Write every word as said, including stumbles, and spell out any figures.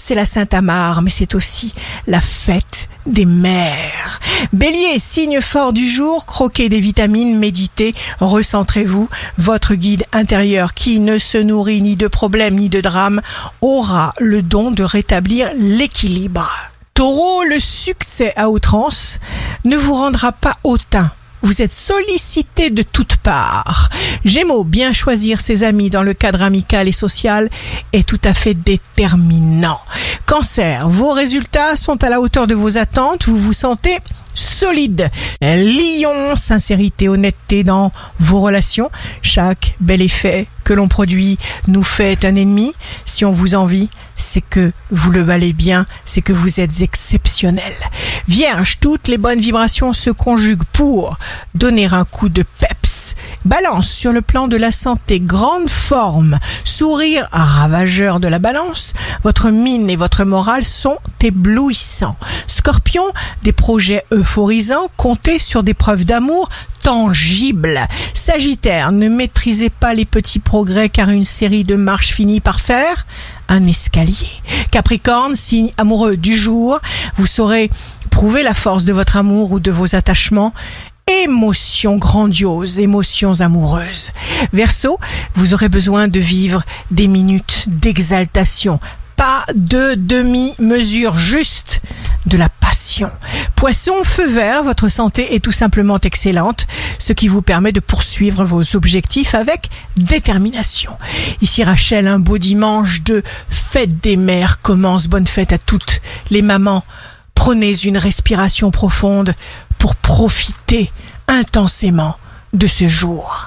c'est la Saint-Amar, mais c'est aussi la fête des mères. Bélier, signe fort du jour, croquez des vitamines, méditez, recentrez-vous. Votre guide intérieur, qui ne se nourrit ni de problèmes ni de drames, aura le don de rétablir l'équilibre. Taureau, le succès à outrance ne vous rendra pas hautain. Vous êtes sollicité de toutes parts. Gémeaux, bien choisir ses amis dans le cadre amical et social est tout à fait déterminant. Cancer, vos résultats sont à la hauteur de vos attentes, vous vous sentez solide. Lion, sincérité, honnêteté dans vos relations. Chaque bel effet que l'on produit nous fait un ennemi. Si on vous envie, c'est que vous le valez bien, c'est que vous êtes exceptionnel. Vierge, toutes les bonnes vibrations se conjuguent pour donner un coup de peps. Balance, sur le plan de la santé, grande forme, sourire ravageur de la balance, votre mine et votre morale sont éblouissants. Scorpion, des projets euphorisants, comptez sur des preuves d'amour tangibles. Sagittaire, ne maîtrisez pas les petits progrès car une série de marches finit par faire un escalier. Capricorne, signe amoureux du jour, vous saurez prouver la force de votre amour ou de vos attachements. Émotions grandioses, émotions amoureuses. Verseau, vous aurez besoin de vivre des minutes d'exaltation. Pas de demi-mesure, juste de la passion. Poisson, feu vert, votre santé est tout simplement excellente, ce qui vous permet de poursuivre vos objectifs avec détermination. Ici Rachel, un beau dimanche de fête des mères commence. Bonne fête à toutes les mamans. Prenez une respiration profonde pour profiter intensément de ce jour.